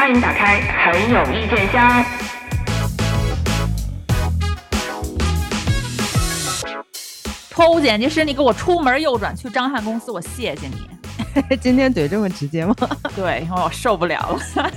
欢迎打开很有意见箱。 脱欧剪辑师，你给我出门右转去张翰公司，我谢谢你。 今天怼这么直接吗？ 对，因为我受不了了。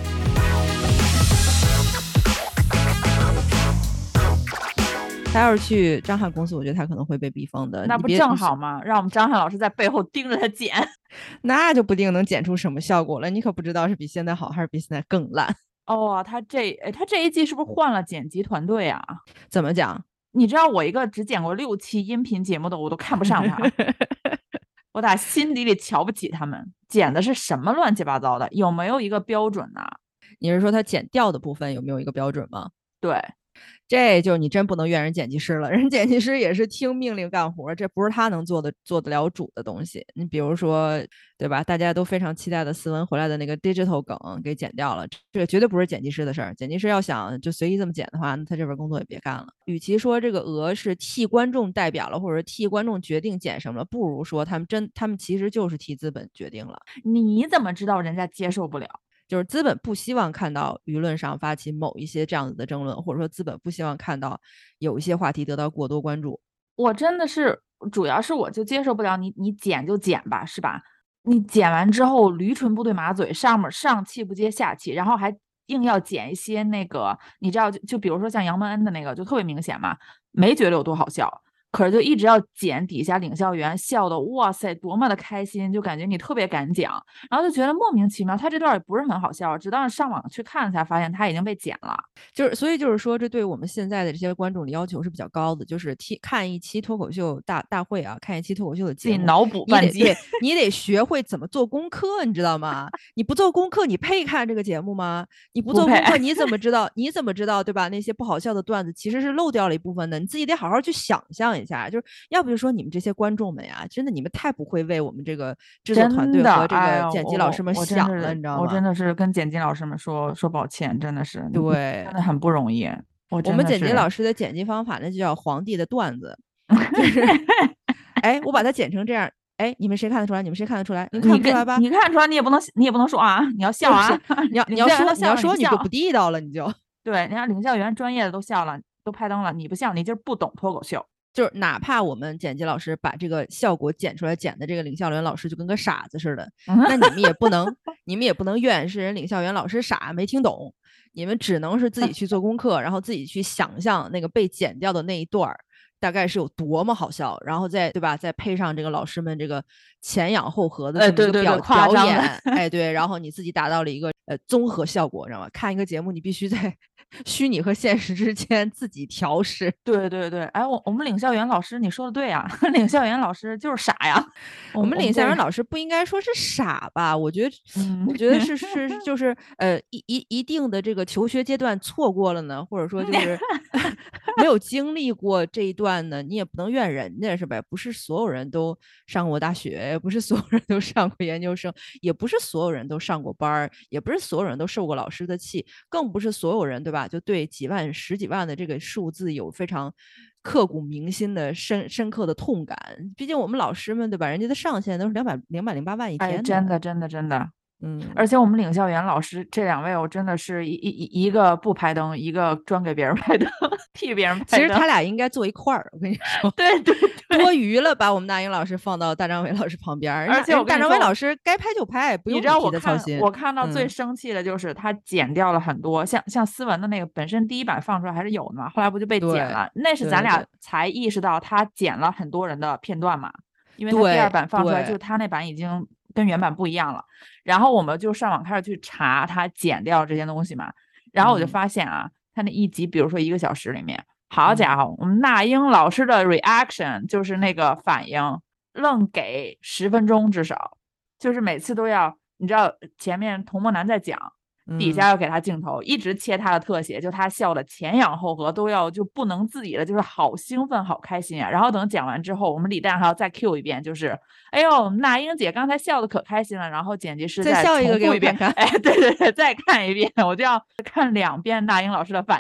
他要是去张翰公司，我觉得他可能会被逼疯的。 那不正好吗？让我们张翰老师在背后盯着他剪， 那就不定能剪出什么效果了。你可不知道是比现在好还是比现在更烂。 哦，他这一季是不是换了剪辑团队啊？ 怎么讲？ 你知道我一个只剪过6期音频节目的，我都看不上他。我打心底里瞧不起他们，剪的是什么乱七八糟的？有没有一个标准呢？ 你是说他剪掉的部分有没有一个标准吗？ 对， 这就你真不能怨人剪辑师了，人剪辑师也是听命令干活，这不是他能做得了主的东西。你比如说，对吧？大家都非常期待的斯文回来的那个 digital 梗给剪掉了，这个绝对不是剪辑师的事儿。剪辑师要想就随意这么剪的话，那他这份工作也别干了。与其说这个鹅是替观众代表了，或者替观众决定剪什么了，不如说他们其实就是替资本决定了。 你怎么知道人家接受不了？ 就是资本不希望看到舆论上发起某一些这样子的争论，或者说资本不希望看到有一些话题得到过多关注。 我真的是，主要是我就接受不了你剪就剪吧，是吧？你剪完之后驴唇不对马嘴，上气不接下气，然后还硬要剪一些那个，你知道就比如说像杨蒙恩的那个就特别明显嘛，没觉得有多好笑，可是就一直要剪底下领校园笑的哇塞多么的开心，就感觉你特别敢讲，然后就觉得莫名其妙，他这段也不是很好笑，直到上网去看才发现他已经被剪了。 所以就是说，这对我们现在的这些观众的要求是比较高的，就是看一期脱口秀大会啊，看一期脱口秀的节目， 自己脑补半集， 你得学会怎么做功课，你知道吗？你不做功课，你配看这个节目吗？你不做功课，你怎么知道？对吧？那些不好笑的段子其实是漏掉了一部分的，你自己得好好去想象一下。就是要不就说你们这些观众们呀，真的你们太不会为我们这个制作团队和这个剪辑老师们想了，你知道吗？ 我真的是跟剪辑老师们说抱歉，真的是对， 真的很不容易。我们剪辑老师的剪辑方法那就叫皇帝的段子，就是哎，我把它剪成这样，哎，你们谁看得出来？你们谁看得出来？你看不出来吧？ 你看出来，你也不能说啊，你要笑啊， 你要说你就不地道了，你就对，人家领校园专业的都笑了，都拍灯了，你不笑，你就是不懂脱口秀。 就是哪怕我们剪辑老师把这个效果剪出来，剪的这个领校园老师就跟个傻子似的，那你们也不能怨是人领校园老师傻没听懂，你们只能是自己去做功课，然后自己去想象那个被剪掉的那一段大概是有多么好笑，然后再对吧，再配上这个老师们这个前仰后合的这么一个表演，哎对，然后你自己达到了一个综合效果，知道吗？看一个节目你必须在虚拟和现实之间自己调试。 对对对，哎，我们领校园老师你说的对啊，领校园老师就是傻呀。 我们领校园老师不应该说是傻吧？我觉得是就是一定的这个求学阶段错过了呢，或者说就是没有经历过这一段呢，你也不能怨人家是吧？不是所有人都上过大学，不是所有人都上过研究生，也不是所有人都上过班，也不是所有人都受过老师的气，更不是所有人对吧？就对几万、十几万的这个数字有非常刻骨铭心的深刻的痛感。毕竟我们老师们对吧？人家的上限都是208万一天的。 哎，真的。而且我们领校园老师这2位，我真的是一个不拍灯，一个专给别人拍灯，替别人拍灯。 其实他俩应该坐一块儿，我跟你说， 对， 多余了，把我们大英老师放到大张伟老师旁边， 而且大张伟老师该拍就拍，不用替他操心。 我看到最生气的就是他剪掉了很多，像斯文的那个本身第一版放出来还是有的嘛，后来不就被剪了？那是咱俩才意识到他剪了很多人的片段嘛，因为他第2版放出来，就他那版已经跟原版不一样了。然后我们就上网开始去查他剪掉这些东西嘛，然后我就发现啊，他那一集比如说1个小时里面，好家伙，我们那英老师的 reaction 就是那个反应愣给10分钟至少，就是每次都要你知道前面童梦楠在讲，底下要给他镜头，一直切他的特写，就他笑的前仰后合都要就不能自己的，就是好兴奋好开心啊。然后等讲完之后，我们李诞还要再 Q 一遍，就是哎呦那英姐刚才笑的可开心了，然后剪辑师再笑一个给我一遍，哎对，再看一遍，我就要看2遍那英老师的反应。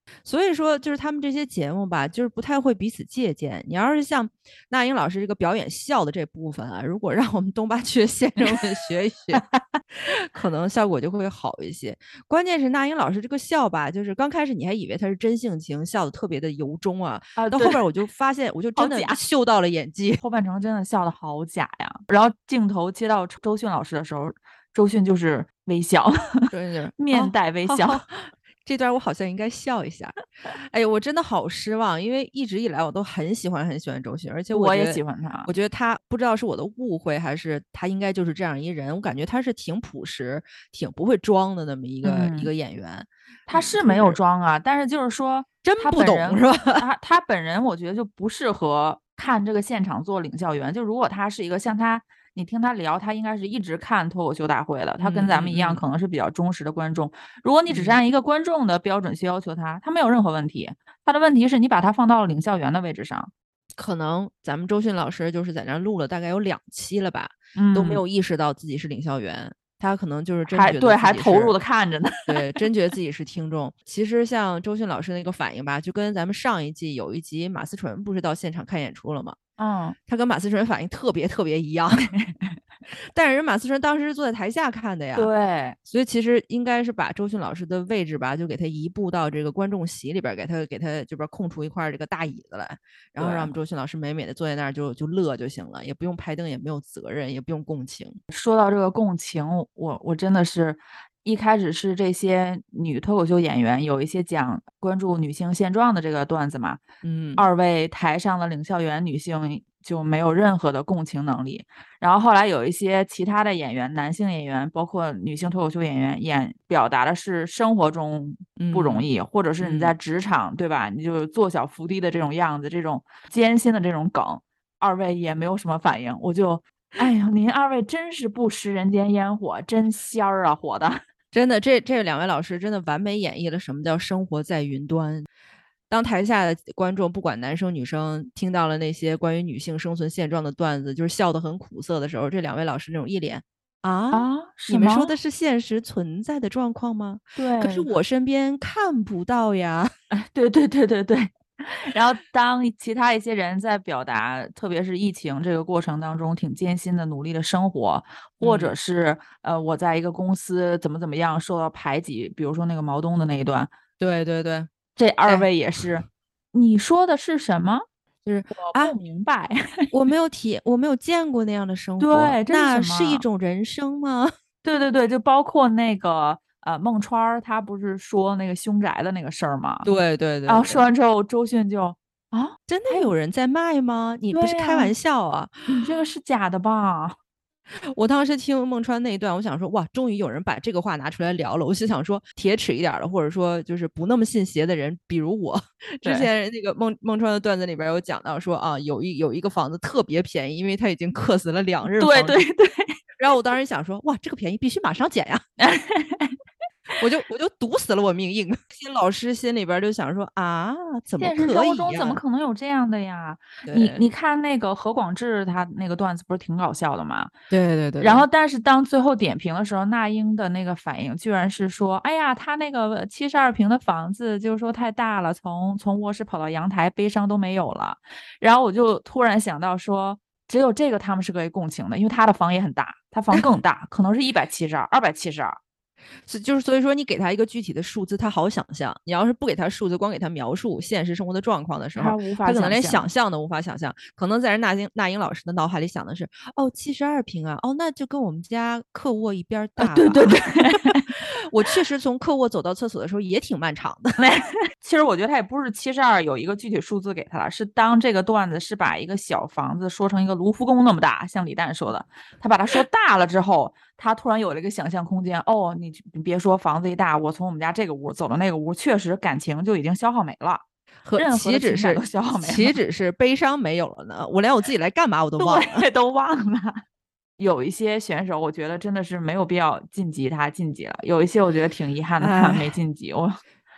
所以说，就是他们这些节目吧，就是不太会彼此借鉴。你要是像那英老师这个表演笑的这部分啊，如果让我们东八区的先生们学一学，可能效果就会好一些。关键是那英老师这个笑吧，就是刚开始你还以为他是真性情，笑的特别的由衷啊，到后边我就发现，我就真的嗅到了演技， 后半程真的笑的好假呀。然后镜头切到周迅老师的时候，周迅就是微笑，面带微笑。 这段我好像应该笑一下。哎呀，我真的好失望，因为一直以来我都很喜欢周迅，而且我也喜欢他。 我觉得他不知道是我的误会，还是他应该就是这样一人。我感觉他是挺朴实、挺不会装的那么一个演员。 他是没有装啊，但是就是说真不懂是吧？ 他本人我觉得就不适合看这个现场做领笑员。就如果他是一个像他。你听他聊，他应该是一直看脱口秀大会的，他跟咱们一样，可能是比较忠实的观众。如果你只是按一个观众的标准去要求他，他没有任何问题。他的问题是你把他放到了领笑员的位置上。 可能咱们周迅老师就是在那录了大概有2期了吧，都没有意识到自己是领笑员。他可能就是真觉得还投入的看着呢， 对，真觉得自己是听众。其实像周迅老师那个反应吧，就跟咱们上一季有一集马思纯不是到现场看演出了吗？他跟马思纯反应特别一样。但是人马思纯当时是坐在台下看的呀， 对， 所以其实应该是把周迅老师的位置吧，就给他移步到这个观众席里边，给他这边空出一块这个大椅子来，然后让我们周迅老师美美的坐在那儿就乐就行了，也不用拍灯，也没有责任，也不用共情。 说到这个共情，我真的是一开始是这些女脱口秀演员有一些讲关注女性现状的这个段子嘛，二位台上的领笑员女性就没有任何的共情能力。然后后来有一些其他的演员，男性演员，包括女性脱口秀演员表达的是生活中不容易，或者是你在职场，对吧？你就做小伏低的这种样子，这种艰辛的这种梗，二位也没有什么反应。我就哎呀，您二位真是不食人间烟火，真仙儿啊，火的！ 真的，这2位老师真的完美演绎了什么叫生活在云端。当台下的观众不管男生女生听到了那些关于女性生存现状的段子，就是笑得很苦涩的时候，这2位老师那种一脸你们说的是现实存在的状况吗？ 对， 可是我身边看不到呀。 对。然后当其他一些人在表达，特别是疫情这个过程当中挺艰辛的努力的生活，或者是我在一个公司怎么样受到排挤，比如说那个毛东的那一段， 对， 这二位也是，你说的是什么？ 就是我不明白， 我没有见过那样的生活， 对， 那是一种人生吗？ 对，就包括那个孟川他不是说那个凶宅的那个事儿吗？ 对， 然后说完之后，周迅就真的有人在卖吗？你不是开玩笑啊？ 你这个是假的吧？ 我当时听孟川那一段，我想说哇，终于有人把这个话拿出来聊了。我是想说铁齿一点的，或者说就是不那么信邪的人，比如我。之前那个孟川的段子里边有讲到说有一个房子特别便宜，因为他已经客死了2任房对。 然后我当时想说哇，这个便宜必须马上减呀。我就堵死了我命硬。新老师心里边就想说怎么可以呀？ 现实生活中怎么可能有这样的呀？你看那个何广智他那个段子不是挺搞笑的吗？ 对。 然后但是当最后点评的时候，那英的那个反应居然是说，哎呀，他那个72平的房子就是说太大了，从卧室跑到阳台，悲伤都没有了。然后我就突然想到说，只有这个他们是可以共情的，因为他的房也很大，他房更大，可能是172、272。 所以说你给他一个具体的数字，他好想象。你要是不给他数字，光给他描述现实生活的状况的时候，他可能连想象都无法想象。可能在人那英老师的脑海里想的是72平啊，那就跟我们家客卧一边大。 对。 我确实从客卧走到厕所的时候也挺漫长的。 其实我觉得他也不是72有一个具体数字给他了，是当这个段子是把一个小房子说成一个卢浮宫那么大，像李诞说的，他把它说大了之后，他突然有了一个想象空间。你别说房子一大，我从我们家这个屋走到那个屋，确实感情就已经消耗没了， 岂止是悲伤没有了呢，我连我自己来干嘛我都忘了。 都忘了。有一些选手我觉得真的是没有必要晋级，他晋级了。有一些我觉得挺遗憾的，他没晋级。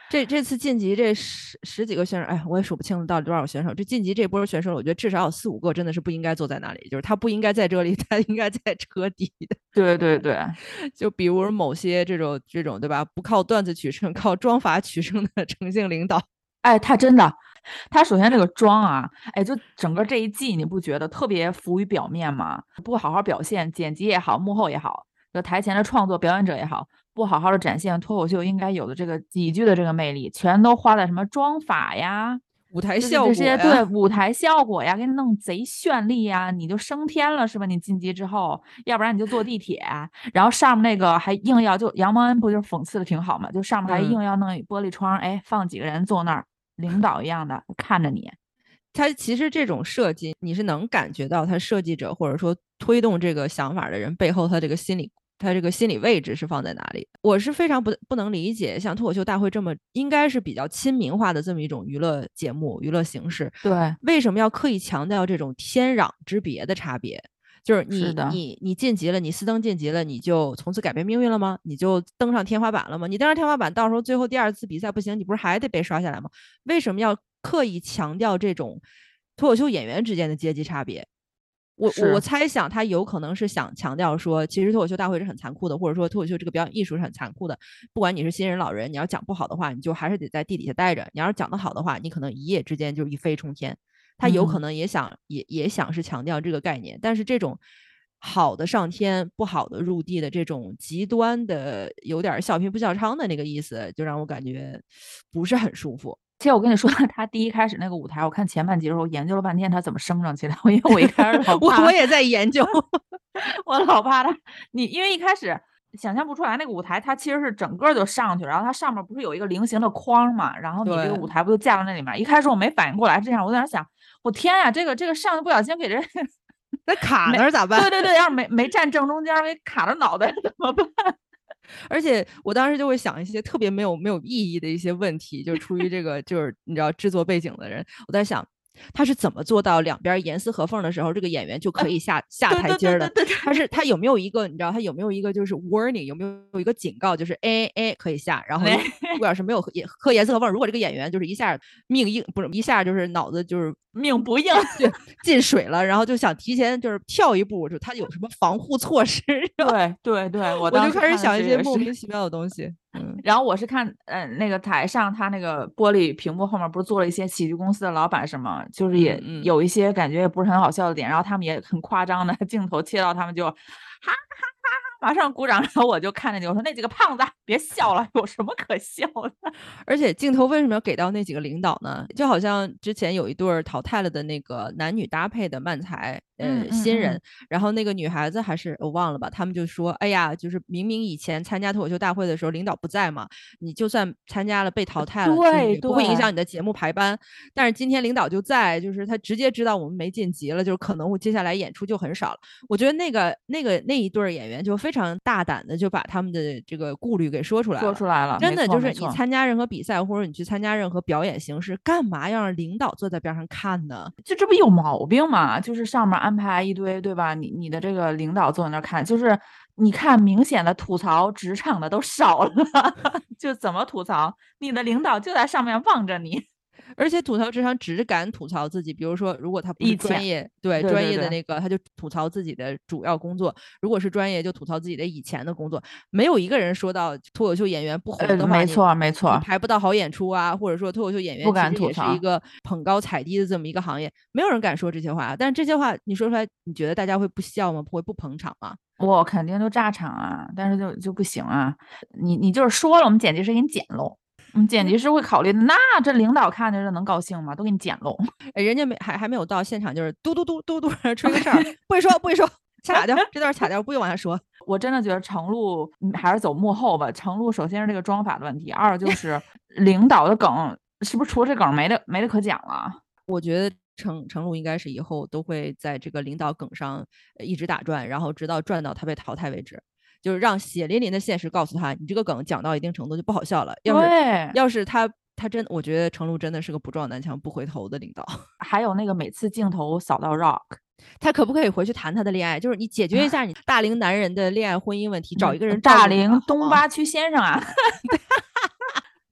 这次晋级这十几个选手，哎，我也数不清了到底多少选手。这晋级这波选手，我觉得至少有4、5个真的是不应该坐在那里，就是他不应该在这里，他应该在车底的。 对对对， 就比如某些这种对吧，不靠段子取胜，靠装法取胜的诚信领导。 哎，他真的，他首先这个妆啊，哎，就整个这一季你不觉得特别浮于表面吗？不好好表现，剪辑也好，幕后也好，就台前的创作表演者也好，不好好的展现脱口秀应该有的这个喜剧的这个魅力，全都花在什么妆法呀、 舞台效果呀，对，舞台效果呀，给你弄贼绚丽呀，你就升天了是吧？你晋级之后，要不然你就坐地铁，然后上面那个还硬要，就杨蒙恩不就是讽刺的挺好嘛？就上面还硬要弄玻璃窗，哎，放几个人坐那儿，领导一样的看着你。 他其实这种设计，你是能感觉到他设计者或者说推动这个想法的人背后他这个心理位置是放在哪里。我是非常不能理解，像脱口秀大会这么应该是比较亲民化的这么一种娱乐节目、娱乐形式， 对， 为什么要刻意强调这种天壤之别的差别？就是你晋级了，你4登晋级了，你就从此改变命运了吗？你就登上天花板了吗？你登上天花板，到时候最后第2次比赛不行，你不是还得被刷下来吗？为什么要刻意强调这种脱口秀演员之间的阶级差别？我猜想他有可能是想强调说，其实脱口秀大会是很残酷的，或者说脱口秀这个表演艺术是很残酷的。不管你是新人老人，你要讲不好的话，你就还是得在地底下待着；你要是讲得好的话，你可能一夜之间就一飞冲天。他有可能也想是强调这个概念，但是这种好的上天，不好的入地的这种极端的，有点笑贫不笑娼的那个意思，就让我感觉不是很舒服。 其实我跟你说，他第一开始那个舞台，我看前半集的时候研究了半天他怎么升上去的，因为我一开始我也在研究， 我老怕他，因为一开始想象不出来那个舞台，它其实是整个就上去，然后它上面不是有一个菱形的框嘛，然后你这个舞台不就架到那里面？一开始我没反应过来这样，我在那想，我天呀，这个上去不小心给人那卡那儿咋办？ 对，要是没站正中间，给卡着脑袋怎么办？ 而且我当时就会想一些特别没有意义的一些问题，就出于这个就是你知道制作背景的人，我在想他是怎么做到两边严丝合缝的时候，这个演员就可以下台阶的？他有没有一个你知道他有没有一个就是 warning， 有没有一个警告，就是可以下，然后如果要是没有和严丝合缝，如果这个演员就是一下命硬，不是一下就是脑子就是命不硬进水了，然后就想提前就是跳一步，就他有什么防护措施？ 对， 我就开始想一些莫名其妙的东西。 然后我是看那个台上他那个玻璃屏幕后面不是坐了一些喜剧公司的老板什么，就是也有一些感觉也不是很好笑的点，然后他们也很夸张的镜头切到他们就哈哈哈马上鼓掌，然后我就看着你，我说那几个胖子别笑了，有什么可笑的？ 而且镜头为什么要给到那几个领导呢？就好像之前有一对淘汰了的那个男女搭配的漫才新人，然后那个女孩子还是我忘了吧，他们就说哎呀，就是明明以前参加脱口秀大会的时候领导不在嘛，你就算参加了被淘汰了， 对， 不会影响你的节目排班，但是今天领导就在，就是他直接知道我们没晋级了，就是可能我接下来演出就很少了。我觉得那一对演员就非常大胆的就把他们的这个顾虑给说出来了，真的就是你参加任何比赛或者你去参加任何表演形式，干嘛要让领导坐在边上看呢？ 就这不有毛病吗？就是上面安排一堆，对吧？你的这个领导坐在那看，就是你看明显的吐槽职场的都少了，就怎么吐槽？你的领导就在上面望着你。 而且吐槽职场只敢吐槽自己，比如说如果他不是专业，对专业的那个他就吐槽自己的主要工作，如果是专业就吐槽自己的以前的工作，没有一个人说到脱口秀演员不红的话， 没错， 你排不到好演出啊，或者说脱口秀演员其实也是一个捧高踩低的这么一个行业，没有人敢说这些话，但是这些话你说出来，你觉得大家会不笑吗？会不捧场吗？ 我肯定就炸场啊，但是就不行啊，你就是说了，我们剪辑师给你剪喽。剪辑师会考虑的，那这领导看着这能高兴吗？都给你剪喽。 人家还没有到现场，就是嘟嘟嘟嘟嘟吹个哨，不许说，卡掉这段卡掉，不用往下说。 我真的觉得程璐还是走幕后吧。程璐首先是这个妆法的问题，二就是领导的梗是不是除了这梗没得可讲了？ 我觉得程璐应该是以后都会在这个领导梗上一直打转，然后直到转到他被淘汰为止。就是让血淋淋的现实告诉他，你这个梗讲到一定程度就不好笑了。要是他真，我觉得程璐真的是个不撞南墙不回头的领导。 还有那个每次镜头扫到 Rock， 他可不可以回去谈他的恋爱？就是你解决一下你大龄男人的恋爱婚姻问题，找一个人大龄东八区先生啊。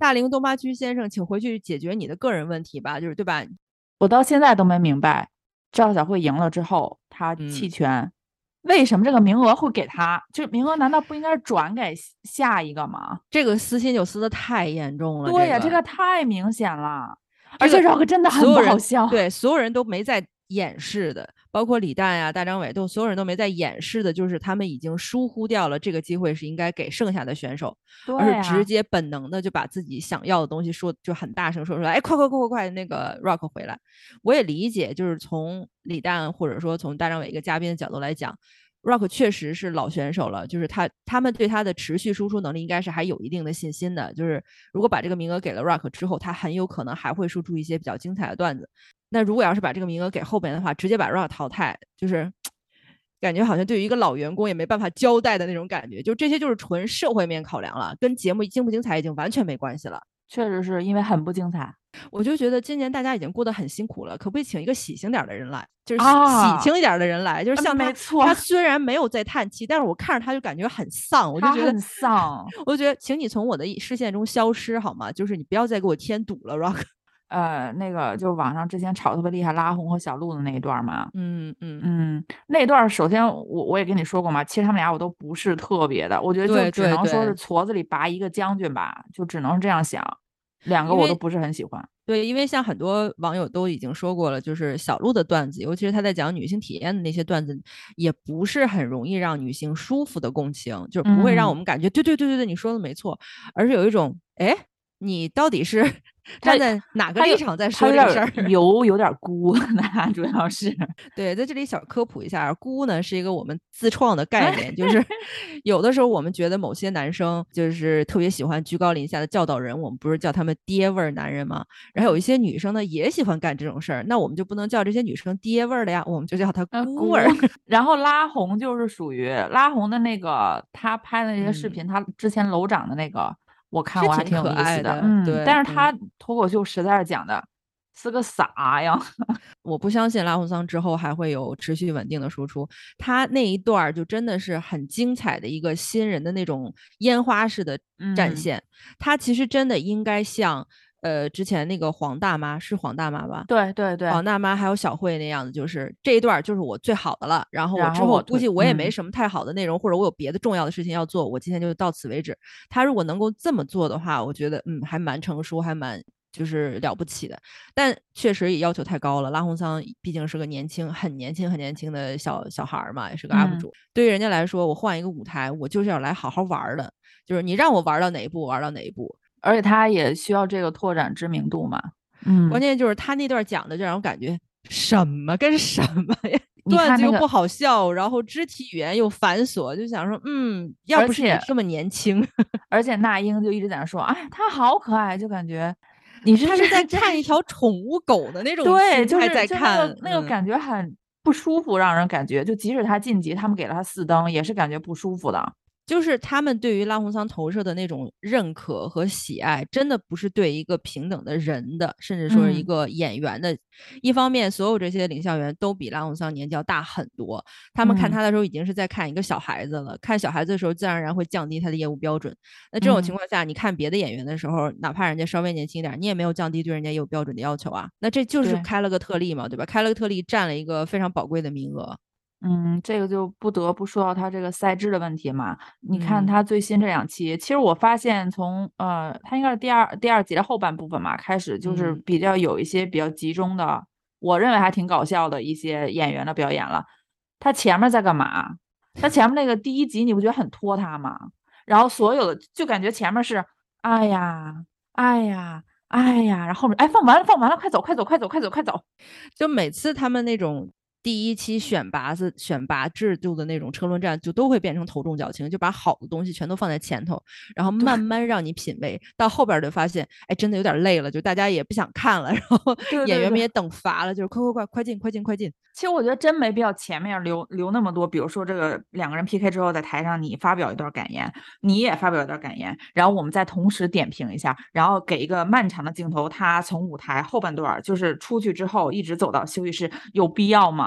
大龄东八区先生，请回去解决你的个人问题吧，就是对吧？ 我到现在都没明白，赵小慧赢了之后，他弃权，为什么这个名额会给他？这名额难道不应该是转给下一个吗？ 这个私心就撕的太严重了。 对呀，这个太明显了，而且 Rock 真的很不好笑。 对，所有人都没在掩饰的，包括李诞呀、大张伟所有人都没在掩饰的，就是他们已经疏忽掉了这个机会是应该给剩下的选手，而是直接本能的就把自己想要的东西说，就很大声说出来，哎，快，那个 Rock 回来。我也理解，就是从李诞或者说从大张伟一个嘉宾的角度来讲，Rock 确实是老选手了，就是他们对他的持续输出能力应该是还有一定的信心的，就是如果把这个名额给了 Rock 之后，他很有可能还会输出一些比较精彩的段子。那如果要是把这个名额给后边的话，直接把 Rock 淘汰，就是感觉好像对于一个老员工也没办法交代的那种感觉，就这些就是纯社会面考量了，跟节目精不精彩已经完全没关系了。 确实是因为很不精彩， 我就觉得今年大家已经过得很辛苦了，可不可以请一个喜庆点的人来，就是喜庆一点的人来，就是像他虽然没有在叹气，但是我看着他就感觉很丧，我就觉得很丧， 我就觉得请你从我的视线中消失好吗？就是你不要再给我添堵了 ，Rock。 那个就是网上之前吵特别厉害拉红和小鹿的那一段嘛，那一段首先我也跟你说过嘛，其实他们俩我都不是特别的，我觉得就只能说是矬子里拔一个将军吧，就只能是这样想，两个我都不是很喜欢。 对，因为像很多网友都已经说过了，就是小鹿的段子，尤其是他在讲女性体验的那些段子，也不是很容易让女性舒服的共情，就是不会让我们感觉对，你说的没错，而是有一种哎，你到底是站在哪个立场在说这个事儿？ 有点孤，那主要是对，在这里小科普一下，孤呢是一个我们自创的概念，就是有的时候我们觉得某些男生就是特别喜欢居高临下的教导人，我们不是叫他们爹味儿男人吗？然后有一些女生呢也喜欢干这种事儿，那我们就不能叫这些女生爹味儿了呀，我们就叫她孤味儿。 然后拉红就是属于拉红的那个，他拍的那些视频，他之前楼长的那个。我看我还挺有意思的， 对， 但是他脱口秀实在是讲的是个啥呀？ 我不相信拉红桑之后还会有持续稳定的输出，他那一段就真的是很精彩的一个新人的那种烟花式的展现，他其实真的应该像之前那个黄大妈是黄大妈吧？ 对， 黄大妈还有小慧那样的，就是这一段就是我最好的了，然后我之后估计我也没什么太好的内容，或者我有别的重要的事情要做，我今天就到此为止。他如果能够这么做的话，我觉得还蛮成熟，还蛮就是了不起的，但确实也要求太高了。拉红桑毕竟是个很年轻的小孩嘛，也是个 UP 主，对于人家来说，我换一个舞台，我就是要来好好玩的，就是你让我玩到哪一步玩到哪一步。 而且他也需要这个拓展知名度嘛， 关键就是他那段讲的就让我感觉什么跟什么呀，段子又不好笑，然后肢体语言又繁琐，就想说要不是你这么年轻， 而且那英就一直在那说，哎，他好可爱，就感觉他是在看一条宠物狗的那种对， 就是在看那个感觉很不舒服，让人感觉就即使他晋级，他们给了他4灯，也是感觉不舒服的。 就是他们对于拉红桑投射的那种认可和喜爱，真的不是对一个平等的人的，甚至说是一个演员的。一方面，所有这些领校员都比拉红桑年纪要大很多，他们看他的时候已经是在看一个小孩子了。看小孩子的时候，自然而然会降低他的业务标准。那这种情况下，你看别的演员的时候，哪怕人家稍微年轻点，你也没有降低对人家业务标准的要求啊。那这就是开了个特例嘛，对吧？开了个特例，占了一个非常宝贵的名额。 这个就不得不说到他这个赛制的问题嘛。你看他最新这2期，其实我发现从他应该是第二集的后半部分嘛开始，就是比较有一些比较集中的，我认为还挺搞笑的一些演员的表演了。他前面在干嘛？他前面那个第1集你不觉得很拖沓吗？然后所有的就感觉前面是哎呀，然后后面放完了，快走， 就每次他们那种第1期选拔制度的那种车轮战，就都会变成头重脚轻，就把好的东西全都放在前头，然后慢慢让你品味，到后边就发现，哎，真的有点累了，就大家也不想看了，然后演员们也等乏了，就是快进。 其实我觉得真没必要前面留那么多，比如说这个2个人 PK 之后，在台上你发表一段感言，你也发表一段感言，然后我们再同时点评一下，然后给一个漫长的镜头，他从舞台后半段就是出去之后一直走到休息室，有必要吗？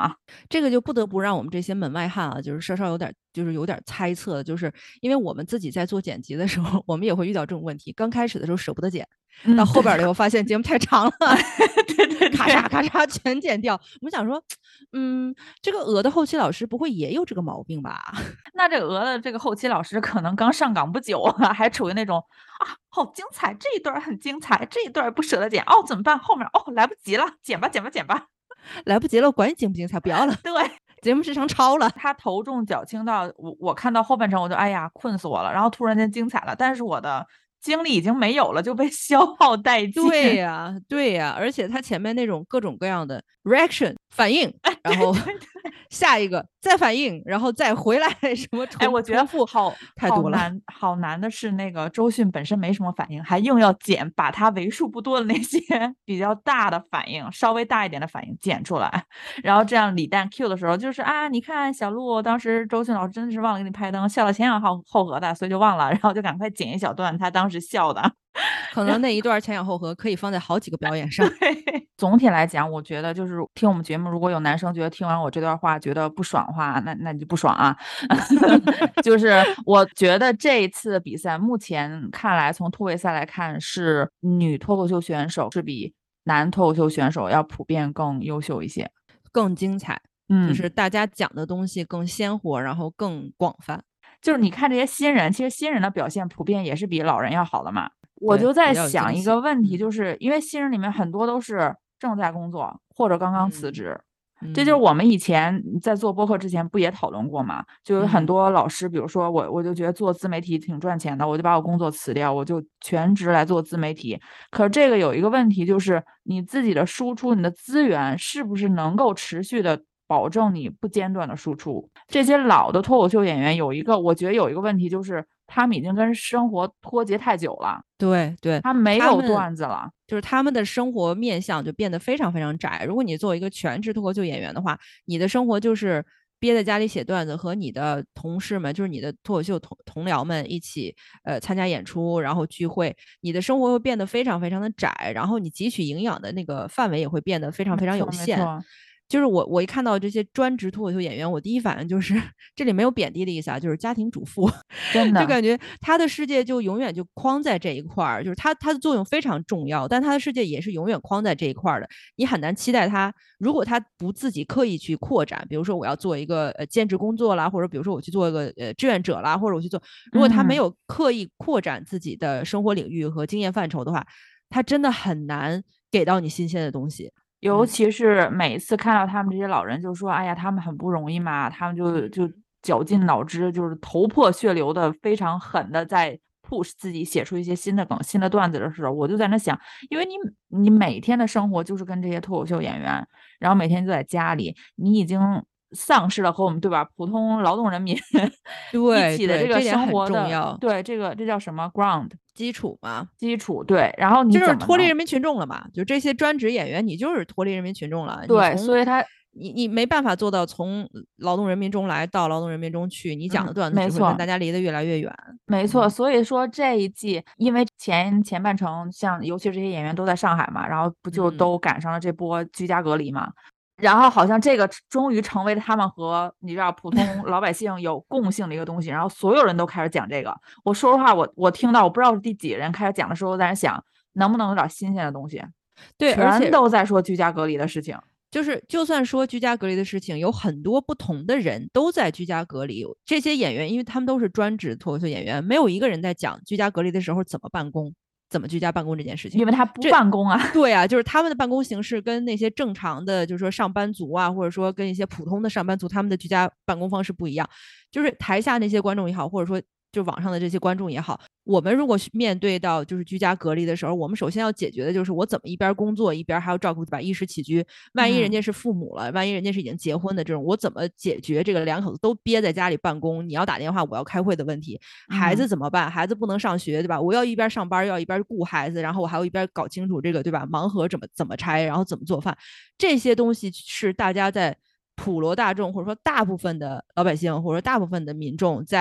嘛。 这个就不得不让我们这些门外汉啊，就是稍稍有点猜测，就是因为我们自己在做剪辑的时候，我们也会遇到这种问题。刚开始的时候舍不得剪，到后边了以后发现节目太长了， 对， 咔嚓咔嚓全剪掉。我们想说，这个鹅的后期老师不会也有这个毛病吧？ 那这鹅的这个后期老师可能刚上岗不久啊，还处于那种啊，好精彩，这一段很精彩，这一段不舍得剪，哦，怎么办？后面来不及了，剪吧。 来不及了，管你精不精彩，不要了。 对， 节目时长超了。 他头重脚轻到我看到后半程我就哎呀困死我了，然后突然间精彩了，但是我的精力已经没有了，就被消耗殆尽。 对呀，而且他前面那种各种各样的 reaction 反应，然后下一个再反应，然后再回来什么我觉得太多了。 好难的是那个周迅本身没什么反应，还硬要剪，把他为数不多的那些比较大的反应，稍微大一点的反应剪出来，然后这样李诞 Q 的时候就是啊，你看小鹿，当时周迅老师真的是忘了给你拍灯，笑了前仰后合的，所以就忘了，然后就赶快剪一小段他当时笑的。 可能那一段前仰后合可以放在好几个表演上。 总体来讲，我觉得就是听我们节目，如果有男生觉得听完我这段话觉得不爽的话，那你就不爽啊。就是我觉得这一次比赛目前看来，从脱位赛来看，是女脱口秀选手是比男脱口秀选手要普遍更优秀一些， 更精彩。就是大家讲的东西更鲜活，然后更广泛。 就是你看这些新人，其实新人的表现普遍也是比老人要好的嘛。我就在想一个问题，就是因为新人里面很多都是正在工作或者刚刚辞职，这就是我们以前在做播客之前不也讨论过嘛？就有很多老师，比如说我就觉得做自媒体挺赚钱的，我就把我工作辞掉，我就全职来做自媒体。可是这个有一个问题，就是你自己的输出，你的资源是不是能够持续的保证你不间断的输出？这些老的脱口秀演员我觉得有一个问题，就是他们已经跟生活脱节太久了。 对， 他没有段子了， 就是他们的生活面向就变得非常非常窄。如果你作为一个全职脱口秀演员的话，你的生活就是憋在家里写段子，和你的同事们，就是你的脱口秀同僚们一起参加演出，然后聚会，你的生活会变得非常非常的窄，然后你汲取营养的那个范围也会变得非常非常有限。就是我一看到这些专职脱口秀演员，我第一反应就是这里没有贬低的意思啊，就是家庭主妇， 真的就感觉他的世界就永远就框在这一块儿，就是他的作用非常重要，但他的世界也是永远框在这一块的。你很难期待他，如果他不自己刻意去扩展，比如说我要做一个兼职工作啦，或者比如说我去做一个志愿者啦，或者我去做，如果他没有刻意扩展自己的生活领域和经验范畴的话，他真的很难给到你新鲜的东西。 尤其是每次看到他们这些老人就说哎呀他们很不容易嘛，他们就绞尽脑汁，就是头破血流的非常狠的在 push 自己写出一些新的梗新的段子的时候，我就在那想，因为你每天的生活就是跟这些脱口秀演员，然后每天就在家里，你已经丧失了和我们对吧普通劳动人民一起的这个生活的对这叫什么 ground 基础嘛， 基础对，然后你就是脱离人民群众了嘛，就这些专职演员你就是脱离人民群众了。 对，所以你没办法做到从劳动人民中来到劳动人民中去，你讲的段子只会跟大家离得越来越远。 没错，所以说这一季因为前半程像尤其是这些演员都在上海嘛，然后不就都赶上了这波居家隔离嘛，然后好像这个终于成为了他们和你知道普通老百姓有共性的一个东西，然后所有人都开始讲这个。我说实话，我听到我不知道是第几人开始讲的时候，在那想能不能有点新鲜的东西。 对， 全都在说居家隔离的事情。 就算说居家隔离的事情，有很多不同的人都在居家隔离。这些演员因为他们都是专职脱口秀演员，没有一个人在讲居家隔离的时候怎么办公，怎么居家办公这件事情， 因为他不办公啊。 对啊，就是他们的办公形式跟那些正常的就是说上班族啊，或者说跟一些普通的上班族他们的居家办公方式不一样。就是台下那些观众也好，或者说就网上的这些观众也好，我们如果面对到就是居家隔离的时候，我们首先要解决的就是我怎么一边工作一边还要照顾衣食起居。万一人家是父母了，万一人家是已经结婚的这种，我怎么解决这个两口子都憋在家里办公，你要打电话我要开会的问题？孩子怎么办？孩子不能上学，对吧？我要一边上班要一边顾孩子，然后我还要一边搞清楚这个，对吧？盲盒怎么拆，然后怎么做饭，这些东西是大家在普罗大众或者说大部分的老百姓或者说大部分的民众在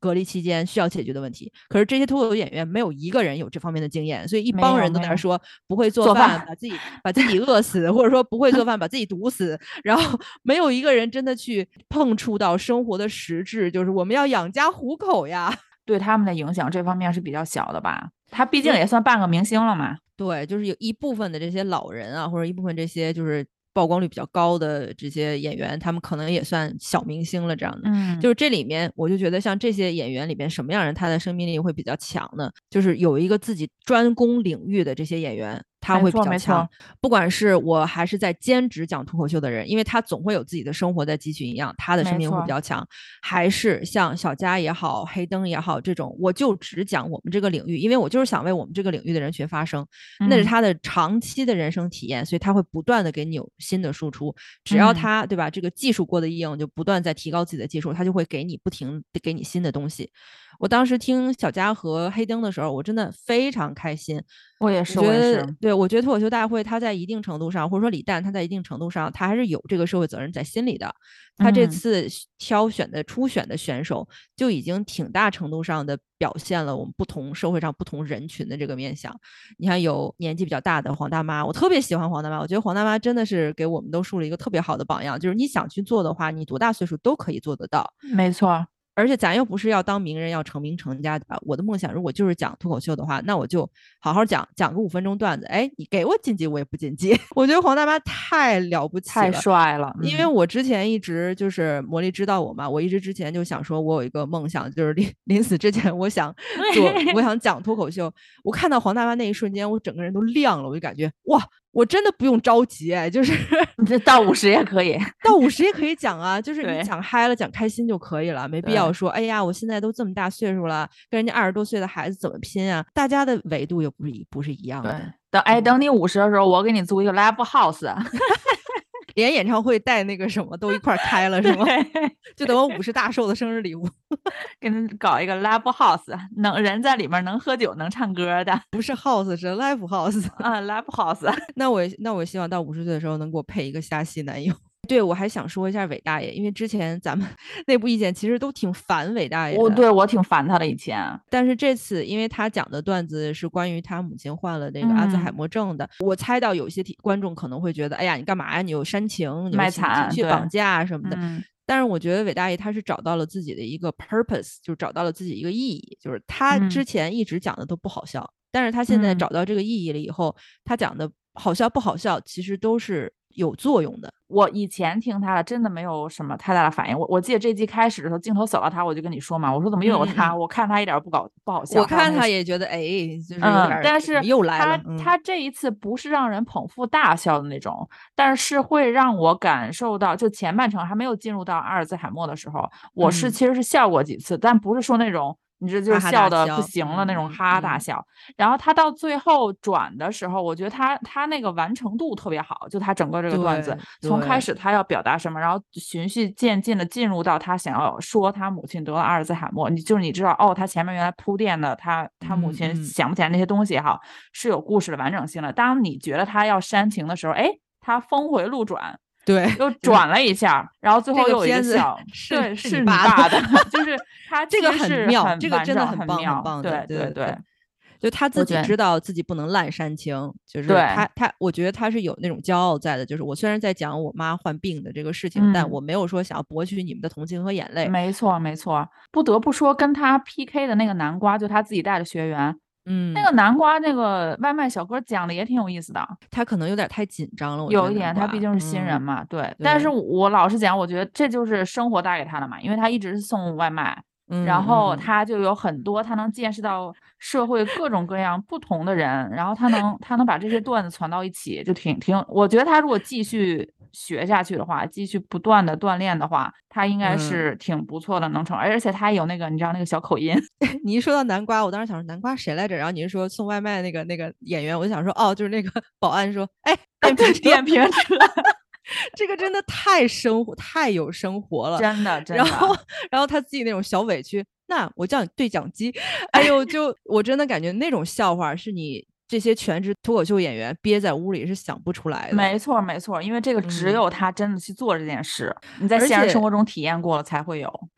隔离期间需要解决的问题。可是这些脱口秀演员没有一个人有这方面的经验，所以一帮人都在那说不会做饭把自己饿死，或者说不会做饭把自己毒死，然后没有一个人真的去碰触到生活的实质，就是我们要养家糊口呀。 对他们的影响这方面是比较小的吧，他毕竟也算半个明星了嘛。 对，就是有一部分的这些老人啊，或者一部分这些就是曝光率比较高的这些演员，他们可能也算小明星了这样的。就是这里面我就觉得像这些演员里边什么样人他的生命力会比较强呢？就是有一个自己专攻领域的这些演员他会比较强，不管是我还是在兼职讲脱口秀的人，因为他总会有自己的生活在继续一样，他的生命会比较强，还是像小佳也好黑灯也好这种我就只讲我们这个领域，因为我就是想为我们这个领域的人群发声，那是他的长期的人生体验，所以他会不断的给你有新的输出，只要他对吧这个技术过得硬，就不断在提高自己的技术，他就会给你不停地给你新的东西。我当时听小佳和黑灯的时候我真的非常开心。 我也是， 对，我觉得脱口秀大会他在一定程度上，或者说李诞他在一定程度上他还是有这个社会责任在心里的。他这次初选的选手就已经挺大程度上的表现了我们不同社会上不同人群的这个面向。你看有年纪比较大的黄大妈，我特别喜欢黄大妈，我觉得黄大妈真的是给我们都树了一个特别好的榜样，就是你想去做的话你多大岁数都可以做得到。 没错， 而且咱又不是要当名人要成名成家的吧，我的梦想如果就是讲脱口秀的话，那我就好好讲个5分钟段子，哎，你给我晋级我也不晋级。我觉得黄大妈太了不起了， 太帅了。 因为我之前一直就是魔力知道我嘛，我一直之前就想说我有一个梦想，就是临死之前我想讲脱口秀。我看到黄大妈那一瞬间我整个人都亮了，我就感觉哇，我真的不用着急，就是到50也可以， 到50也可以讲啊，就是你讲嗨了讲开心就可以了，没必要说哎呀我现在都这么大岁数了跟人家20多岁的孩子怎么拼啊，大家的维度又不是一样的。 等你50的时候我给你租一个 live house 连演唱会带那个什么都一块开了是吗？就等我50大寿的生日礼物给你搞一个 live house， 人在里面能喝酒能唱歌的， 不是 house 是 live house 啊 live house 那我希望到50岁的时候能给我配一个虾西男友。对，我还想说一下伟大爷，因为之前咱们内部意见其实都挺烦伟大爷的。 我挺烦他的以前， 但是这次因为他讲的段子是关于他母亲患了那个阿兹海默症的，我猜到有些观众可能会觉得哎呀你干嘛呀，你有煽情你有情绪绑架什么的，但是我觉得伟大爷他是找到了自己的一个 purpose， 就是找到了自己一个意义，就是他之前一直讲的都不好笑，但是他现在找到这个意义了以后，他讲的好笑不好笑其实都是有作用的。 我以前听他的真的没有什么太大的反应，我记得这季开始的时候镜头扫到他我就跟你说嘛，我说怎么又有他，我看他一点不好笑， 我看他也觉得哎就是有点但是又来了他这一次不是让人捧腹大笑的那种，但是会让我感受到就前半程还没有进入到阿尔兹海默的时候，我其实是笑过几次，但不是说那种你这就是笑的不行了那种哈哈大笑，然后他到最后转的时候我觉得他那个完成度特别好，就他整个这个段子从开始他要表达什么，然后循序渐进的进入到他想要说他母亲得了阿尔兹海默，你知道哦，他前面原来铺垫的他母亲想不起来那些东西也好，是有故事的完整性的。当你觉得他要煽情的时候，哎，他峰回路转， 对， 又转了一下，然后最后又有一个笑，对，是你爸的，就是他这个很妙，这个真的很棒很棒的， 对。 就他自己知道自己不能滥煽情，就是他我觉得他是有那种骄傲在的，就是我虽然在讲我妈患病的这个事情，但我没有说想要博取你们的同情和眼泪。 没错没错，不得不说跟他 PK 的那个南瓜，就他自己带的学员，那个南瓜那个外卖小哥讲的也挺有意思的， 他可能有点太紧张了，我觉得有一点，他毕竟是新人嘛，对。但是我老实讲，我觉得这就是生活带给他的嘛，因为他一直是送外卖。然后他就有很多他能见识到社会各种各样不同的人，然后他能把这些段子传到一起，就挺我觉得他如果继续学下去的话，继续不断的锻炼的话，他应该是挺不错的能成，而且他有那个你知道那个小口音你一说到南瓜我当时想说南瓜谁来着，然后你是说送外卖那个演员，我就想说哦就是那个保安说哎电瓶车这个真的太有生活了， 真的然后他自己那种小委屈，那我叫你对讲机，哎呦就我真的感觉那种笑话是你这些全职脱口秀演员憋在屋里是想不出来的。 没错没错，因为这个只有他真的去做这件事，你在现实生活中体验过了才会有。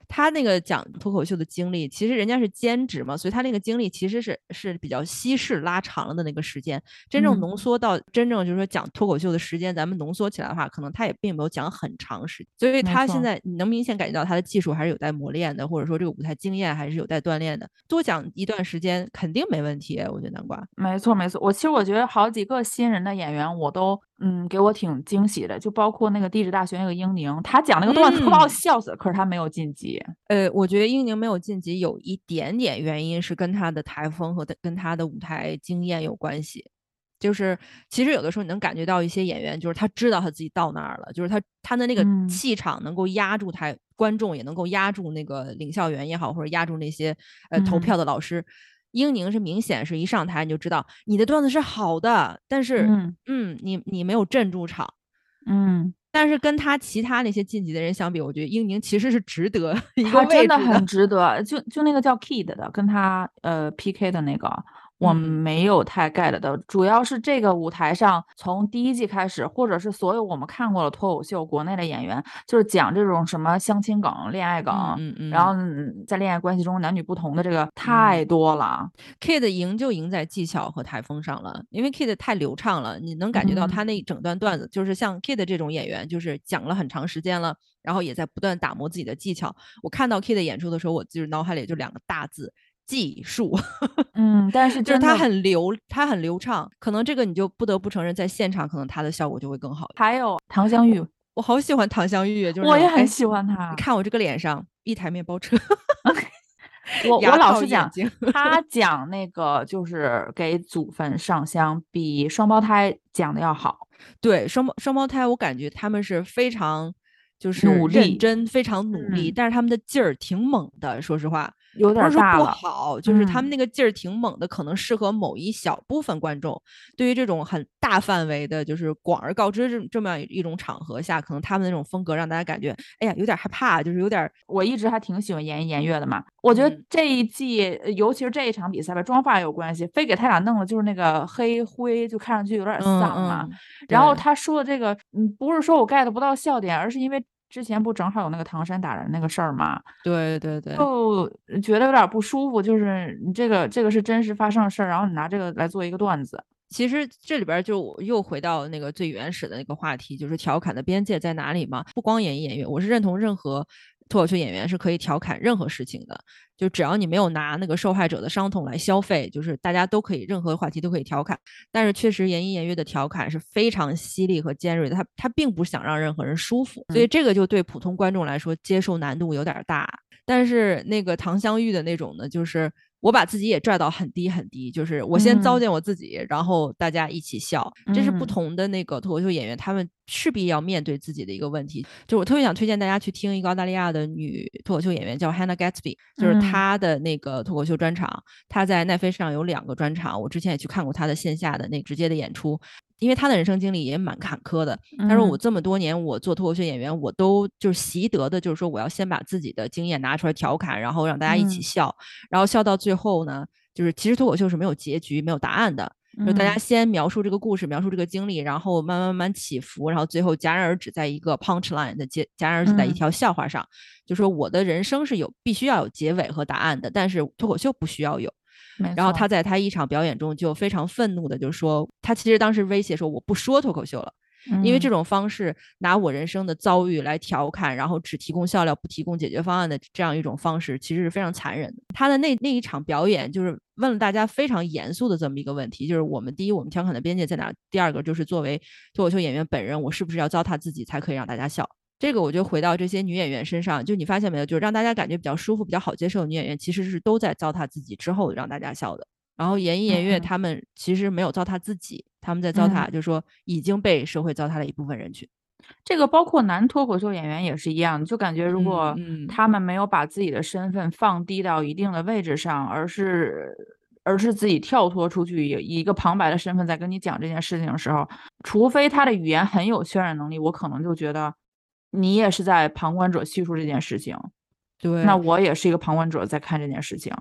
他那个讲脱口秀的经历，其实人家是兼职嘛，所以他那个经历其实是比较稀释拉长了的那个时间，真正浓缩到真正就是说讲脱口秀的时间，咱们浓缩起来的话，可能他也并没有讲很长时间，所以他现在你能明显感觉到他的技术还是有待磨练的，或者说这个舞台经验还是有待锻炼的，多讲一段时间肯定没问题，我觉得南瓜。 没错没错，其实我觉得好几个新人的演员我都给我挺惊喜的，就包括那个地质大学那个英宁，他讲那个段子把我笑死了，可是他没有晋级。 我觉得英宁没有晋级有一点点原因是跟他的台风和跟他的舞台经验有关系。就是其实有的时候你能感觉到一些演员，就是他知道他自己到那儿了，就是他的那个气场能够压住观众，也能够压住那个领笑员也好，或者压住那些投票的老师。英宁是明显是一上台你就知道你的段子是好的，但是你没有镇住场。但是跟他其他那些晋级的人相比，我觉得英宁其实是值得一个位置的。 他真的很值得，就那个叫 Kid 的，跟他PK 的那个。我没有太 get 的，主要是这个舞台上从第一季开始，或者是所有我们看过的脱口秀国内的演员，就是讲这种什么相亲梗、恋爱梗，然后在恋爱关系中男女不同的这个太多了。 Kid 赢就赢在技巧和台风上了，因为 Kid 太流畅了，你能感觉到他那一整段段子，就是像 Kid 这种演员，就是讲了很长时间了，然后也在不断打磨自己的技巧。我看到 Kid 演出的时候，我就是脑海里就2个大字。技术。 但是就是他很流畅，可能这个你就不得不承认，在现场可能他的效果就会更好。 还有唐香玉， 我好喜欢唐香玉，就是我也很喜欢他。 你看我这个脸上一台面包车。 我老实讲，他讲那个就是给祖坟上香，比双胞胎讲的要好。 对，双胞胎，我感觉他们是非常就是认真，非常努力，但是他们的劲儿挺猛的，说实话。 有点大了， 不好，就是他们那个劲儿挺猛的，可能适合某一小部分观众。对于这种很大范围的，就是广而告之这么一种场合下，可能他们那种风格让大家感觉，哎呀，有点害怕，就是有点。 我一直还挺喜欢言乐的嘛，我觉得这一季，尤其是这一场比赛吧，妆发有关系，非给他俩弄的就是那个黑灰，就看上去有点丧嘛。然后他说的这个，不是说我 get 不到笑点，而是因为之前不正好有那个唐山打人那个事儿嘛， 对， 就觉得有点不舒服，就是你这个是真实发生的事儿，然后你拿这个来做一个段子。 其实这里边就又回到那个最原始的那个话题，就是调侃的边界在哪里嘛？不光演艺演员，我是认同任何脱口秀演员是可以调侃任何事情的，就只要你没有拿那个受害者的伤痛来消费，就是大家都可以任何话题都可以调侃。但是确实言艺言乐的调侃是非常犀利和尖锐的，他并不想让任何人舒服，所以这个就对普通观众来说接受难度有点大。但是那个唐香玉的那种呢，就是我把自己也拽到很低很低，就是我先糟践我自己，然后大家一起笑。这是不同的那个脱口秀演员，他们势必要面对自己的一个问题。就我特别想推荐大家去听一个澳大利亚的女脱口秀演员叫 Hannah Gatsby， 就是她的那个脱口秀专场，她在奈飞上有2个专场，我之前也去看过她的线下的那直接的演出。因为他的人生经历也蛮坎坷的，他说我这么多年我做脱口秀演员，我都就是习得的，就是说我要先把自己的经验拿出来调侃，然后让大家一起笑，然后笑到最后呢，就是其实脱口秀是没有结局、没有答案的，就大家先描述这个故事，描述这个经历，然后慢慢起伏，然后最后戛然而止在一个 punchline 的戛然而止在一条笑话上，就说我的人生是必须要有结尾和答案的，但是脱口秀不需要有。然后他在他一场表演中就非常愤怒的就说，他其实当时威胁说我不说脱口秀了，因为这种方式拿我人生的遭遇来调侃，然后只提供笑料不提供解决方案的这样一种方式其实是非常残忍的。他的那一场表演就是问了大家非常严肃的这么一个问题，就是我们第一，我们调侃的边界在哪？第二个就是作为脱口秀演员本人，我是不是要糟蹋自己才可以让大家笑？这个我就回到这些女演员身上，就你发现没有，就是让大家感觉比较舒服比较好接受的女演员其实是都在糟蹋自己之后让大家笑的。然后言艺言乐他们其实没有糟蹋自己，他们在糟蹋就是说已经被社会糟蹋了一部分人群。 这个包括男脱口秀演员也是一样，就感觉如果他们没有把自己的身份放低到一定的位置上，而是自己跳脱出去，以一个旁白的身份在跟你讲这件事情的时候，除非他的语言很有渲染能力，我可能就觉得你也是在旁观者叙述这件事情， 对， 那我也是一个旁观者在看这件事情。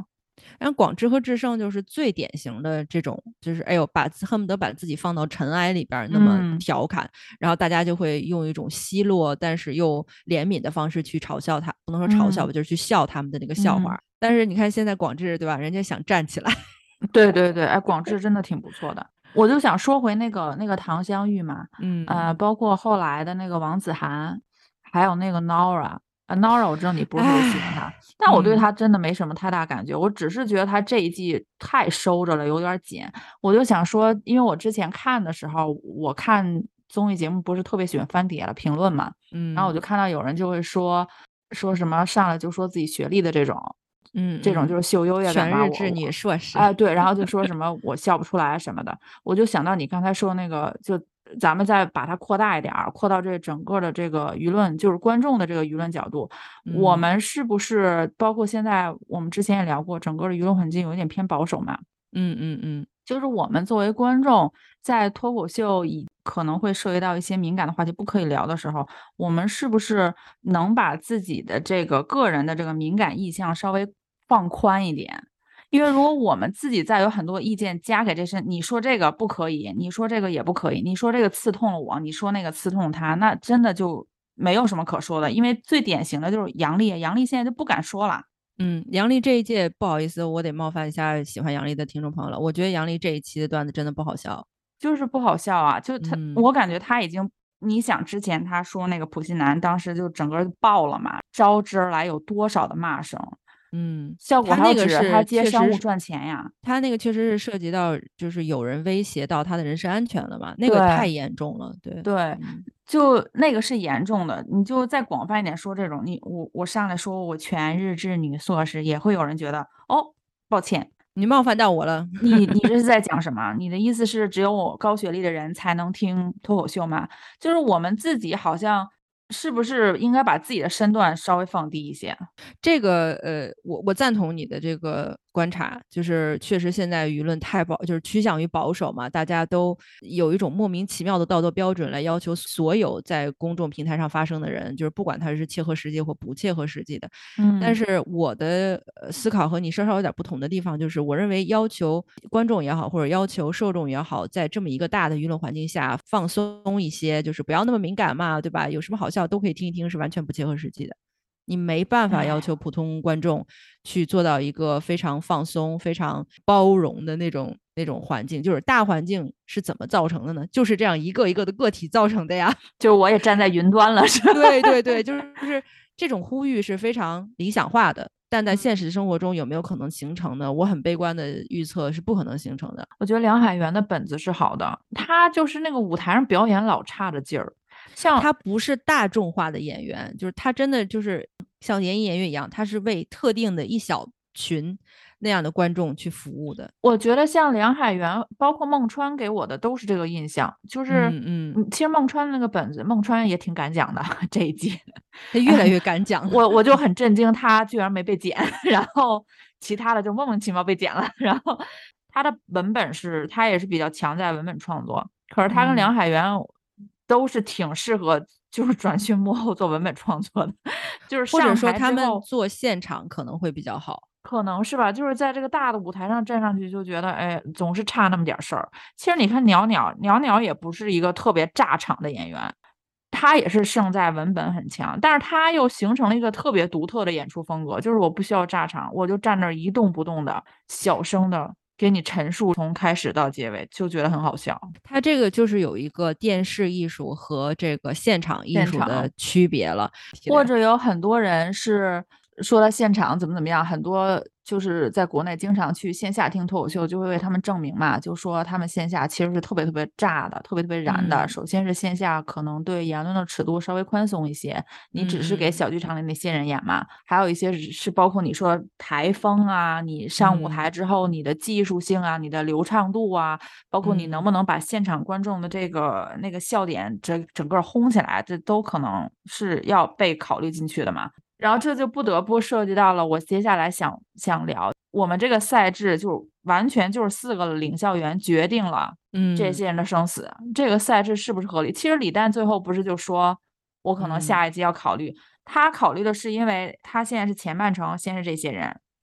然后广智和智胜就是最典型的这种，就是哎呦，恨不得把自己放到尘埃里边那么调侃，然后大家就会用一种奚落但是又怜悯的方式去嘲笑他，不能说嘲笑吧，就是去笑他们的那个笑话。但是你看现在广智对吧，人家想站起来。 对对对，哎，广智真的挺不错的。我就想说回那个唐香玉嘛，包括后来的那个王子涵，还有那个 Nora，Nora 我知道你不是特别喜欢她，但我对她真的没什么太大感觉，我只是觉得她这一季太收着了，有点紧。我就想说，因为我之前看的时候，我看综艺节目不是特别喜欢翻帖了评论嘛，然后我就看到有人就会说什么上来就说自己学历的这种。这种就是秀优越感吧， 全日制女硕士对，然后就说什么我笑不出来什么的，我就想到你刚才说那个，就咱们再把它扩大一点，扩到这整个的这个舆论，就是观众的这个舆论角度，我们是不是包括现在我们之前也聊过，整个的舆论环境有一点偏保守嘛？就是我们作为观众，在脱口秀可能会涉及到一些敏感的话题不可以聊的时候，我们是不是能把自己的这个个人的这个敏感意向稍微放宽一点？因为如果我们自己再有很多意见加给这些，你说这个不可以，你说这个也不可以，你说这个刺痛了我，你说那个刺痛他，那真的就没有什么可说的。因为最典型的就是杨笠，杨笠现在就不敢说了。 杨笠这一届不好意思，我得冒犯一下喜欢杨笠的听众朋友了。我觉得杨笠这一期的段子真的不好笑， 就是不好笑啊！就他，我感觉他已经，你想之前他说那个普信男，当时就整个爆了嘛，招之而来有多少的骂声，效果还指他接商务赚钱呀。 他那个确实是涉及到，就是有人威胁到他的人身安全了嘛，那个太严重了， 对，就那个是严重的，你就再广泛一点说这种，我上来说我全日制女硕士，也会有人觉得哦，抱歉， 你冒犯到我了， 你这是在讲什么？你的意思是只有我高学历的人才能听脱口秀吗？就是我们自己好像是不是应该把自己的身段稍微放低一些？ 这个我赞同你的这个观察，就是确实现在舆论就是趋向于保守嘛，大家都有一种莫名其妙的道德标准来要求所有在公众平台上发声的人，就是不管他是切合实际或不切合实际的。但是我的思考和你稍稍有点不同的地方，就是我认为要求观众也好，或者要求受众也好，在这么一个大的舆论环境下放松一些，就是不要那么敏感嘛，对吧？有什么好笑都可以听一听，是完全不切合实际的。你没办法要求普通观众去做到一个非常放松、非常包容的那种环境。就是大环境是怎么造成的呢？就是这样一个一个的个体造成的呀。 就是我也站在云端了，是吧？ 对对对，就是这种呼吁是非常理想化的，但在现实生活中有没有可能形成呢？我很悲观的预测是不可能形成的。 我觉得梁海源的本子是好的，他就是那个舞台上表演老差着劲儿。像他不是大众化的演员，就是他真的就是像演艺演员一样，他是为特定的一小群那样的观众去服务的。 我觉得像梁海源，包括孟川给我的都是这个印象，就是其实孟川那个本子，孟川也挺敢讲的这一季， 他越来越敢讲。 我就很震惊，他居然没被剪，然后其他的就莫名其妙被剪了。然后他的文本他也是比较强在文本创作，可是他跟梁海源都是挺适合就是转去幕后做文本创作的，就是或者说他们做现场可能会比较好， 可能是吧，就是在这个大的舞台上站上去就觉得哎总是差那么点事儿。其实你看袅袅也不是一个特别炸场的演员，他也是胜在文本很强，但是他又形成了一个特别独特的演出风格，就是我不需要炸场，我就站那儿一动不动的小声的给你陈述从开始到结尾，就觉得很好笑。 他这个就是有一个电视艺术和这个现场艺术的区别了。 或者有很多人是说他现场怎么样，很多就是在国内经常去线下听脱口秀，就会为他们证明嘛，就说他们线下其实是特别特别炸的，特别特别燃的。首先是线下可能对言论的尺度稍微宽松一些，你只是给小剧场里那些人演嘛，还有一些是包括你说台风啊，你上舞台之后你的技术性啊，你的流畅度啊，包括你能不能把现场观众的那个笑点整个轰起来，这都可能是要被考虑进去的嘛。然后这就不得不涉及到了我接下来想聊，我们这个赛制就完全就是4个领笑员决定了这些人的生死，这个赛制是不是合理？其实李诞最后不是就说我可能下一季要考虑，他考虑的是因为他现在是前半程先是这些人，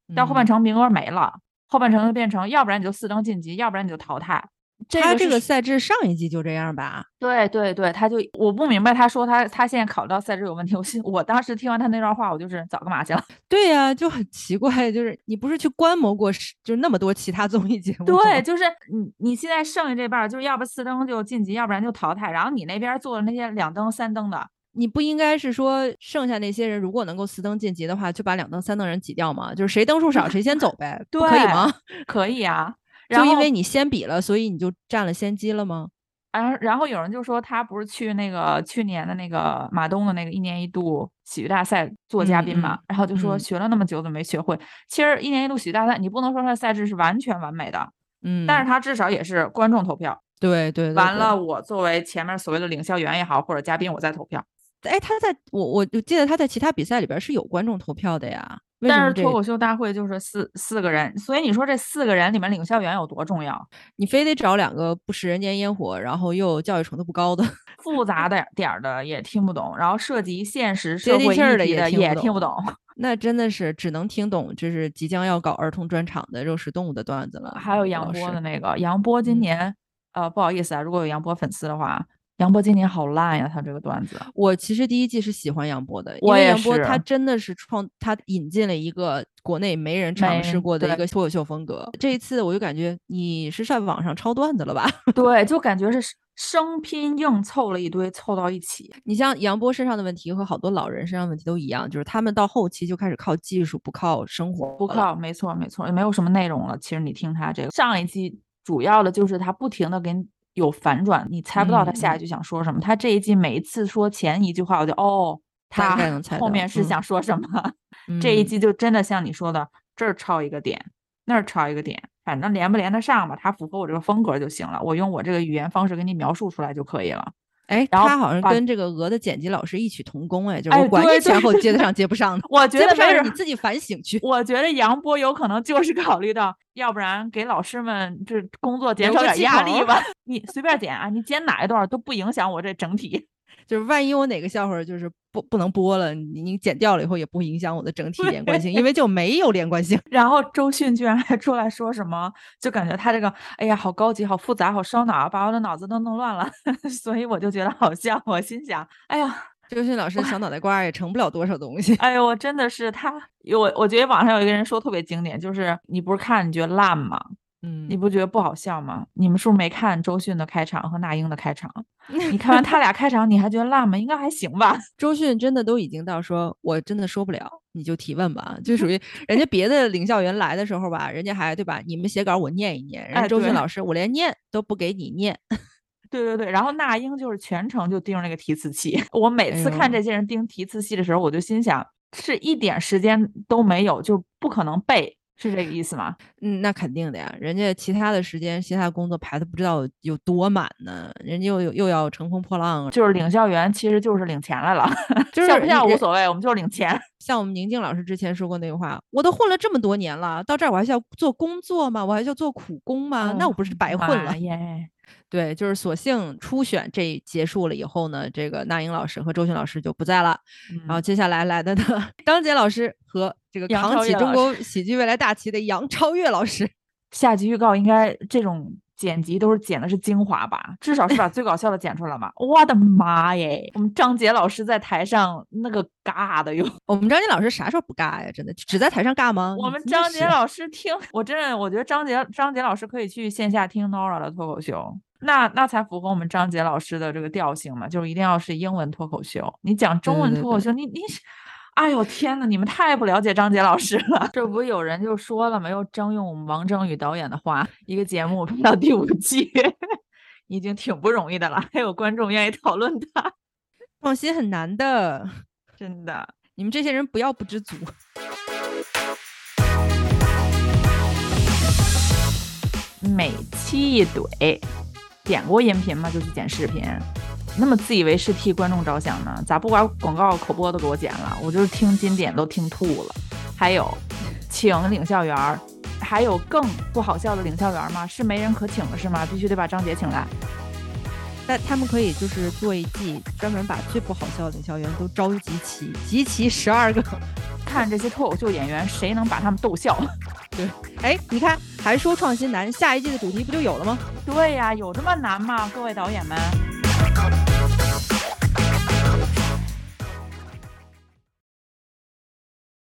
到后半程名额没了，后半程就变成要不然你就4登晋级，要不然你就淘汰。 他这个赛制上一季就这样吧？ 对对对，我不明白，他说他现在考虑到赛制有问题，我当时听完他那段话，我就是早干嘛去了？ 对呀，就很奇怪，就是你不是去观摩过就是那么多其他综艺节目？ 对，就是你现在剩下这半就是要不4登就晋级，要不然就淘汰，然后你那边做的那些2登3登的， 你不应该是说剩下那些人如果能够4登晋级的话，就把2登3登人挤掉吗？就是谁登数少谁先走呗，不可以吗？ 可以啊。 就因为你先比了，所以你就占了先机了吗？ 然后有人就说他不是去那个去年的那个马东的那个1年1度喜剧大赛做嘉宾嘛，然后就说学了那么久都没学会。其实1年1度喜剧大赛，你不能说他的赛制是完全完美的，但是他至少也是观众投票。 对对。 完了，我作为前面所谓的领笑员也好，或者嘉宾，我在投票。 哎，我记得他在其他比赛里边是有观众投票的呀。 但是脱口秀大会就是四个人，所以你说这4个人里面领笑员有多重要？ 你非得找2个不食人间烟火，然后又教育程度不高的， 复杂的点的也听不懂，然后涉及现实社会议题的也听不懂。 那真的是只能听懂就是即将要搞儿童专场的肉食动物的段子了。 还有杨波的那个，杨波今年不好意思啊，如果有杨波粉丝的话，杨波今年好烂呀，他这个段子。 我其实第一季是喜欢杨波的，因为杨波他真的是他引进了一个国内没人尝试过的一个脱口秀风格。这一次我就感觉你是在网上抄段子了吧？ 对，就感觉是生拼硬凑了一堆凑到一起。 你像杨波身上的问题和好多老人身上的问题都一样，就是他们到后期就开始靠技术，不靠生活， 不靠，没错没错，也没有什么内容了。其实你听他这个上一季主要的就是他不停的给你有反转，你猜不到他下一句想说什么。他这一季每一次说前一句话，我就他后面是想说什么。这一季就真的像你说的，这儿抄一个点，那儿抄一个点，反正连不连得上吧，它符合我这个风格就行了，我用我这个语言方式给你描述出来就可以了。 哎，他好像跟这个鹅的剪辑老师异曲同工，就是我管你前后接得上接不上的， 我觉得没事你自己反省去。 我觉得杨波有可能就是考虑到，要不然给老师们这工作减少点压力吧。你随便剪啊，你剪哪一段都不影响我这整体。 就是万一我哪个笑话就是不能播了，你剪掉了以后也不会影响我的整体连贯性，因为就没有连贯性。 然后周迅居然还出来说什么，就感觉他这个哎呀好高级好复杂好烧脑，把我的脑子都弄乱了。所以我就觉得好笑，我心想哎呀， 周迅老师的小脑袋瓜也成不了多少东西。 哎呦，我真的是我觉得网上有一个人说特别经典，就是你不是看你觉得烂吗？你不觉得不好笑吗？你们是不是没看周迅的开场和那英的开场？你看完他俩开场，你还觉得烂吗？应该还行吧。 周迅真的都已经到说，我真的说不了，你就提问吧，就属于人家别的领笑员来的时候吧，人家还对吧？你们写稿我念一念，人家周迅老师我连念都不给你念。 对对对，然后那英就是全程就盯着那个提词器。我每次看这些人盯提词器的时候，我就心想，是一点时间都没有，就不可能背。是这个意思吗？ 那肯定的呀，人家其他的时间、其他工作排的不知道有多满呢，人家又要乘风破浪， 就是领笑员其实就是领钱来了， 就是像不像无所谓，我们就是领钱。 像我们宁静老师之前说过那句话，我都混了这么多年了，到这儿我还是要做工作吗？我还是要做苦工吗？那我不是白混了？对，就是索性初选这结束了以后呢，这个那英老师和周迅老师就不在了，然后接下来来的呢，张杰老师和这个扛起中国喜剧未来大旗的杨超越老师。 下集预告应该这种剪辑都是剪的是精华吧，至少是把最搞笑的剪出来嘛。我的妈耶，我们张杰老师在台上那个尬的哟。 我们张杰老师啥时候不尬呀？真的只在台上尬吗？ 我们张杰老师听，我觉得张杰老师可以去线下听 Nora 的脱口秀，那才符合我们张杰老师的这个调性嘛，就是一定要是英文脱口秀。你讲中文脱口秀，你哎呦天哪，你们太不了解张杰老师了。这不有人就说了没有，征用我们王征宇导演的话，一个节目拍到第5季已经挺不容易的了，还有观众愿意讨论他。 放心，很难的， 真的， 你们这些人不要不知足。 每期一怼，点过音频吗？就去剪视频，那么自以为是替观众着想呢？咋不把广告口播都给我剪了？我就是听经典都听吐了。还有请领笑员，还有更不好笑的领笑员吗？是没人可请了是吗？必须得把张杰请来。 但他们可以就是做一季专门把最不好笑的领笑员都召集齐12个， 看这些脱口秀演员谁能把他们逗笑。 对，哎，你看还说创新难，下一季的主题不就有了吗？ 对呀，有这么难吗？各位导演们。